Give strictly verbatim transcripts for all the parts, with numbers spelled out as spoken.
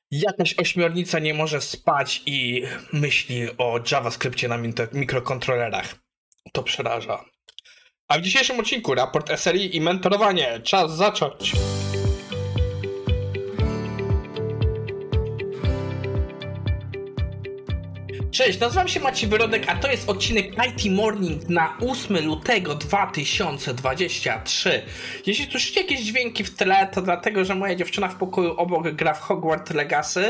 Jakaś ośmiornica nie może spać i myśli o JavaScriptie na mikrokontrolerach. To przeraża. A w dzisiejszym odcinku raport S R I i mentorowanie. Czas zacząć. Cześć, nazywam się Maciej Wyrodek, a to jest odcinek I T Morning na ósmego lutego dwa tysiące dwudziestego trzeciego. Jeśli słyszycie jakieś dźwięki w tle, to dlatego, że moja dziewczyna w pokoju obok gra w Hogwarts Legacy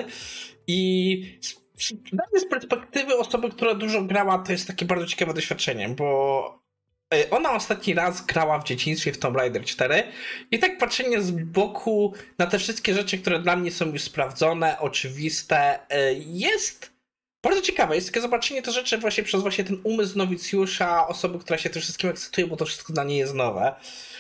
i z, z perspektywy osoby, która dużo grała, to jest takie bardzo ciekawe doświadczenie, bo ona ostatni raz grała w dzieciństwie w Tomb Raider cztery i tak patrzenie z boku na te wszystkie rzeczy, które dla mnie są już sprawdzone, oczywiste, jest bardzo ciekawe. Jest takie zobaczenie te rzeczy właśnie przez właśnie ten umysł nowicjusza, osoby, która się tym wszystkim ekscytuje, bo to wszystko dla niej jest nowe.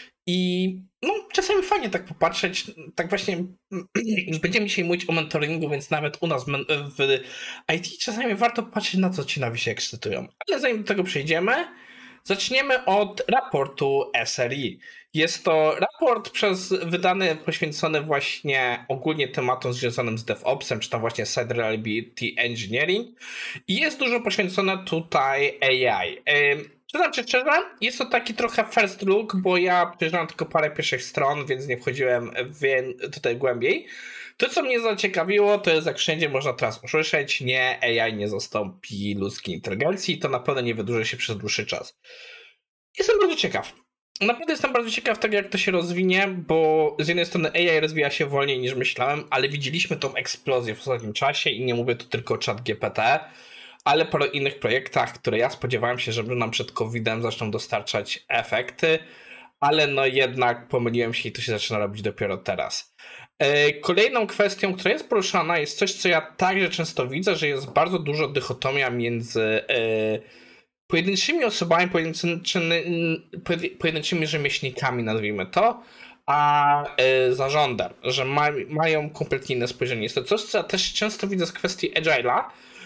I no, czasami fajnie tak popatrzeć, tak właśnie już będziemy dzisiaj mówić o mentoringu, więc nawet u nas w I T czasami warto patrzeć, na co ci nowi się ekscytują. Ale zanim do tego przejdziemy, zaczniemy od raportu S R I. Jest to raport przez, wydany, poświęcony właśnie ogólnie tematom związanym z DevOpsem, czy tam właśnie Site Reliability Engineering. I jest dużo poświęcone tutaj A I. Przyznam się szczerze, jest to taki trochę first look, bo ja przejrzałem tylko parę pierwszych stron, więc nie wchodziłem w, tutaj głębiej. To, co mnie zaciekawiło, to jest, jak wszędzie można teraz usłyszeć, nie, A I nie zastąpi ludzkiej inteligencji, to na pewno nie wydłuży się przez dłuższy czas. Jestem bardzo ciekaw. Naprawdę jestem bardzo ciekaw tego, jak to się rozwinie, bo z jednej strony A I rozwija się wolniej niż myślałem, ale widzieliśmy tą eksplozję w ostatnim czasie i nie mówię tu tylko o ChatGPT, ale po innych projektach, które ja spodziewałem się, że nam przed kowidem zaczną dostarczać efekty, ale no jednak pomyliłem się i to się zaczyna robić dopiero teraz. Kolejną kwestią, która jest poruszana, jest coś, co ja także często widzę, że jest bardzo dużo dychotomia między pojedynczymi osobami, pojedynczymi, pojedynczymi rzemieślnikami, nazwijmy to, a zarządem, że ma, mają kompletnie inne spojrzenie. Jest to coś, co ja też często widzę z kwestii Agile'a,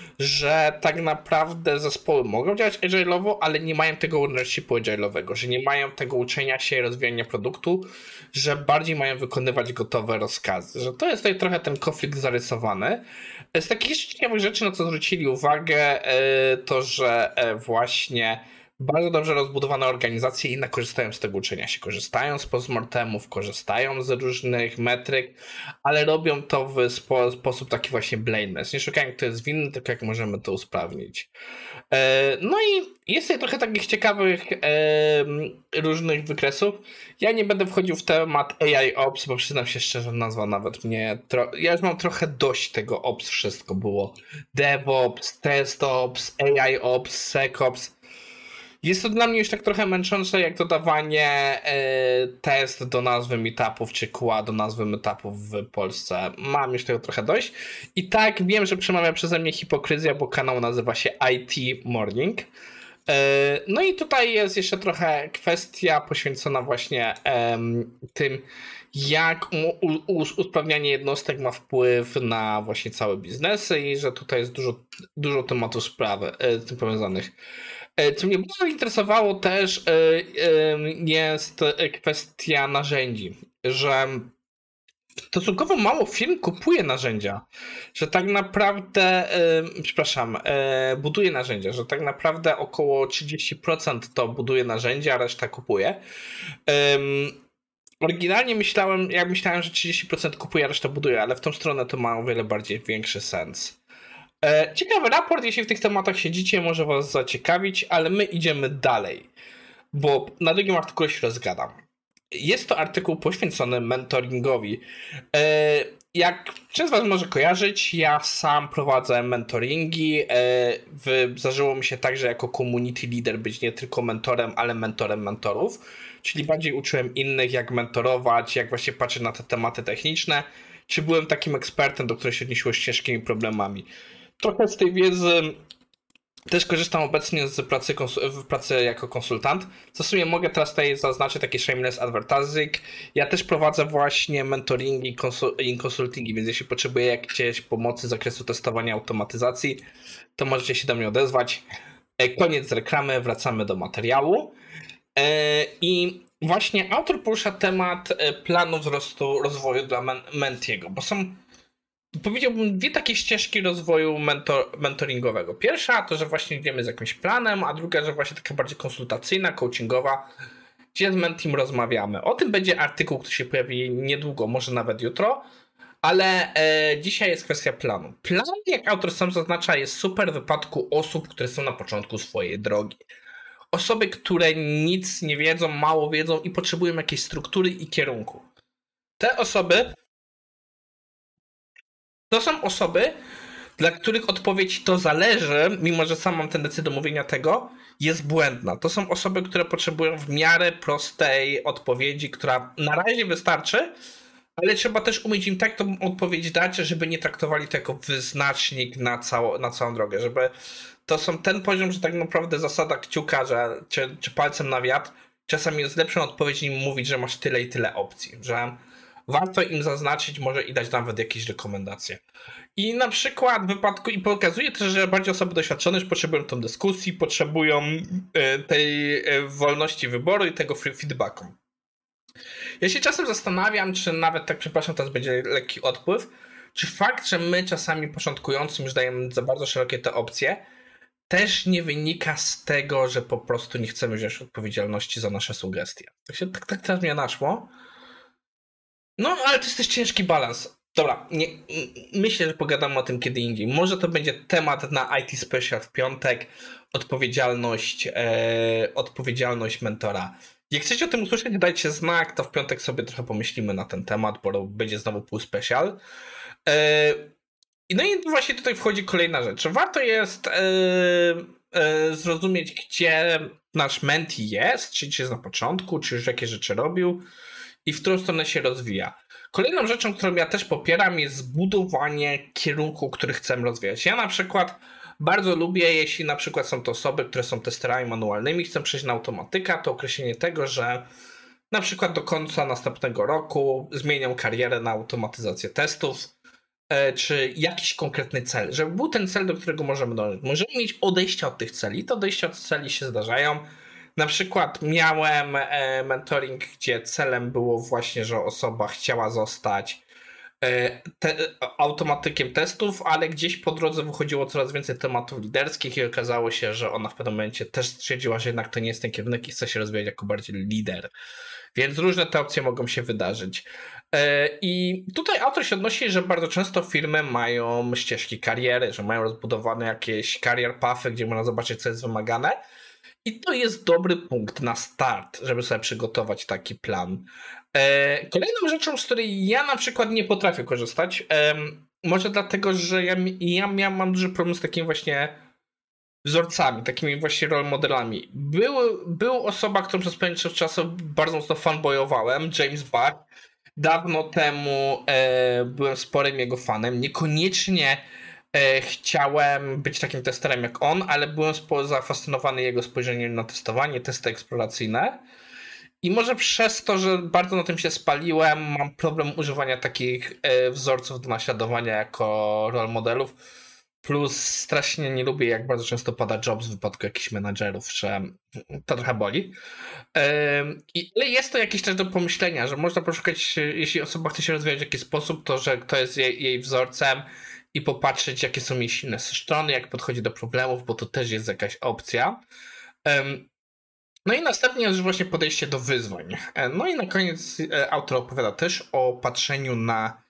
że tak naprawdę zespoły mogą działać agile'owo, ale nie mają tego ownershipu agile'owego, że nie mają tego uczenia się i rozwijania produktu, że bardziej mają wykonywać gotowe rozkazy, że to jest tutaj trochę ten konflikt zarysowany. Z takich jeszcze ciekawych rzeczy, na co zwrócili uwagę, to że właśnie bardzo dobrze rozbudowane organizacje jednak korzystają z tego uczenia się, korzystają z postmortemów, korzystają z różnych metryk, ale robią to w spo, sposób taki właśnie blameless. Nie szukają, kto jest winny, tylko jak możemy to usprawnić. No i jest tutaj trochę takich ciekawych różnych wykresów. Ja nie będę wchodził w temat A I Ops, bo przyznam się szczerze, nazwa nawet mnie... Tro... Ja już mam trochę dość tego Ops, wszystko było. DevOps, TestOps, A I Ops, SecOps. Jest to dla mnie już tak trochę męczące, jak dodawanie e, test do nazwy meetupów, czy Q A do nazwy meetupów w Polsce. Mam już tego trochę dość. I tak, wiem, że przemawia przeze mnie hipokryzja, bo kanał nazywa się I T Morning. E, no i tutaj jest jeszcze trochę kwestia poświęcona właśnie e, tym, jak u, u, usprawnianie jednostek ma wpływ na właśnie całe biznesy i że tutaj jest dużo, dużo tematów sprawy e, z tym powiązanych. Co mnie bardzo interesowało też jest kwestia narzędzi, że stosunkowo mało firm kupuje narzędzia, że tak naprawdę, przepraszam, buduje narzędzia, że tak naprawdę około trzydzieści procent to buduje narzędzia, a reszta kupuje. Oryginalnie myślałem, ja myślałem, że trzydzieści procent kupuje, a reszta buduje, ale w tą stronę to ma o wiele bardziej większy sens. Ciekawy raport, jeśli w tych tematach siedzicie, może was zaciekawić, ale my idziemy dalej, bo na drugim artykule się rozgadam. Jest to artykuł poświęcony mentoringowi. Jak część z was może kojarzyć, ja sam prowadzę mentoringi. Zdarzyło mi się także jako community leader być nie tylko mentorem, ale mentorem mentorów, czyli bardziej uczyłem innych, jak mentorować, jak właśnie patrzeć na te tematy techniczne, czy byłem takim ekspertem, do którego się odnosiło z ciężkimi problemami. Trochę z tej wiedzy też korzystam obecnie z pracy, w pracy jako konsultant. Co w sumie mogę teraz tutaj zaznaczyć taki shameless advertising. Ja też prowadzę właśnie mentoringi i konsultingi, więc jeśli potrzebuję jakiejś pomocy z zakresu testowania automatyzacji, to możecie się do mnie odezwać. Koniec z reklamy, wracamy do materiału. I właśnie autor porusza temat planu wzrostu rozwoju dla Mentiego, bo są powiedziałbym, dwie takie ścieżki rozwoju mentor, mentoringowego. Pierwsza to, że właśnie idziemy z jakimś planem, a druga, że właśnie taka bardziej konsultacyjna, coachingowa, gdzie z mentim rozmawiamy. O tym będzie artykuł, który się pojawi niedługo, może nawet jutro, ale e, dzisiaj jest kwestia planu. Plan, jak autor sam zaznacza, jest super w wypadku osób, które są na początku swojej drogi. Osoby, które nic nie wiedzą, mało wiedzą i potrzebują jakiejś struktury i kierunku. Te osoby to są osoby, dla których odpowiedź to zależy, mimo że sam mam tendencję do mówienia tego, jest błędna. To są osoby, które potrzebują w miarę prostej odpowiedzi, która na razie wystarczy, ale trzeba też umieć im tak tą odpowiedź dać, żeby nie traktowali to jako wyznacznik na, cało, na całą drogę, żeby to są ten poziom, że tak naprawdę zasada kciuka, że, czy, czy palcem na wiatr, czasami jest lepszą odpowiedź im mówić, że masz tyle i tyle opcji, że warto im zaznaczyć, może i dać nawet jakieś rekomendacje. I na przykład w wypadku, i pokazuje też, że bardziej osoby doświadczone już potrzebują tą dyskusji, potrzebują tej wolności wyboru i tego feedbacku. Ja się czasem zastanawiam, czy nawet, tak przepraszam, teraz będzie lekki odpływ, czy fakt, że my czasami początkującym już dajemy za bardzo szerokie te opcje, też nie wynika z tego, że po prostu nie chcemy wziąć odpowiedzialności za nasze sugestie. Tak, się, tak, tak teraz mnie naszło. No, ale to jest też ciężki balans. Dobra, nie, myślę, że pogadamy o tym kiedy indziej. Może to będzie temat na I T Special w piątek. Odpowiedzialność, e, odpowiedzialność mentora. Jak chcecie o tym usłyszeć, dajcie znak, to w piątek sobie trochę pomyślimy na ten temat, bo będzie znowu pół special. E, no i właśnie tutaj wchodzi kolejna rzecz. Warto jest e, e, zrozumieć, gdzie nasz menti jest, czy jest na początku, czy już jakie rzeczy robił i w którą stronę się rozwija. Kolejną rzeczą, którą ja też popieram, jest zbudowanie kierunku, który chcemy rozwijać. Ja na przykład bardzo lubię, jeśli na przykład są to osoby, które są testerami manualnymi, chcą przejść na automatyka, to określenie tego, że na przykład do końca następnego roku zmienią karierę na automatyzację testów, czy jakiś konkretny cel, żeby był ten cel, do którego możemy dążyć. Możemy mieć odejścia od tych celi, to odejścia od celi się zdarzają. Na przykład miałem mentoring, gdzie celem było właśnie, że osoba chciała zostać te, automatykiem testów, ale gdzieś po drodze wychodziło coraz więcej tematów liderskich i okazało się, że ona w pewnym momencie też stwierdziła, że jednak to nie jest ten kierunek i chce się rozwijać jako bardziej lider. Więc różne te opcje mogą się wydarzyć. I tutaj autor się odnosi, że bardzo często firmy mają ścieżki kariery, że mają rozbudowane jakieś career pathy, gdzie można zobaczyć, co jest wymagane. I to jest dobry punkt na start, żeby sobie przygotować taki plan. Kolejną rzeczą, z której ja na przykład nie potrafię korzystać, może dlatego, że ja, ja, ja mam duży problem z takimi właśnie wzorcami, takimi właśnie role modelami. Był, był osoba, którą przez pewien czas bardzo mocno fanboyowałem, James Buck. Dawno temu e, byłem sporym jego fanem. Niekoniecznie e, chciałem być takim testerem jak on, ale byłem spo, zafascynowany jego spojrzeniem na testowanie, testy eksploracyjne. I może przez to, że bardzo na tym się spaliłem, mam problem używania takich e, wzorców do naśladowania jako role modelów. Plus strasznie nie lubię, jak bardzo często pada job w wypadku jakichś menadżerów, że to trochę boli. Ale jest to jakieś też do pomyślenia, że można poszukać, jeśli osoba chce się rozwijać w jakiś sposób, to że kto jest jej, jej wzorcem i popatrzeć, jakie są jej silne strony, jak podchodzi do problemów, bo to też jest jakaś opcja. No i następnie jest właśnie podejście do wyzwań. No i na koniec autor opowiada też o patrzeniu na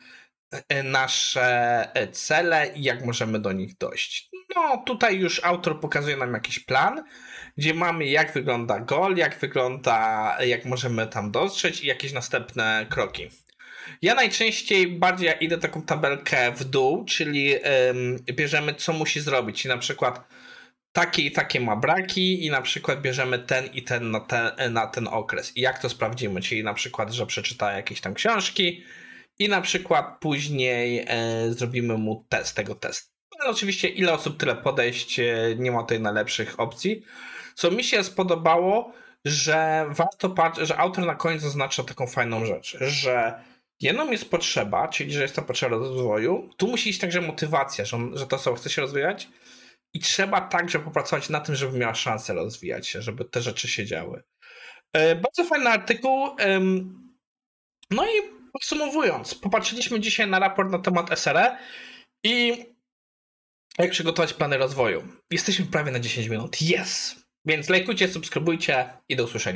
nasze cele i jak możemy do nich dojść. No tutaj już autor pokazuje nam jakiś plan, gdzie mamy jak wygląda goal, jak wygląda, jak możemy tam dotrzeć i jakieś następne kroki. Ja najczęściej bardziej idę taką tabelkę w dół, czyli yy, bierzemy co musi zrobić i na przykład takie i takie ma braki i na przykład bierzemy ten i ten na ten, na ten okres. I jak to sprawdzimy? Czyli na przykład, że przeczyta jakieś tam książki, i na przykład później e, zrobimy mu test, tego testu. Ale oczywiście ile osób, tyle podejść, e, nie ma tutaj najlepszych opcji. Co mi się spodobało, że warto patrzeć, że autor na koniec zaznacza taką fajną rzecz, że jedną jest potrzeba, czyli że jest to potrzeba rozwoju, tu musi iść także motywacja, że, że ta osoba chce się rozwijać i trzeba także popracować na tym, żeby miała szansę rozwijać się, żeby te rzeczy się działy. E, bardzo fajny artykuł. E, no i Podsumowując, popatrzyliśmy dzisiaj na raport na temat S R E i jak przygotować plany rozwoju. Jesteśmy prawie na dziesięć minut. Yes! Więc lajkujcie, subskrybujcie i do usłyszenia.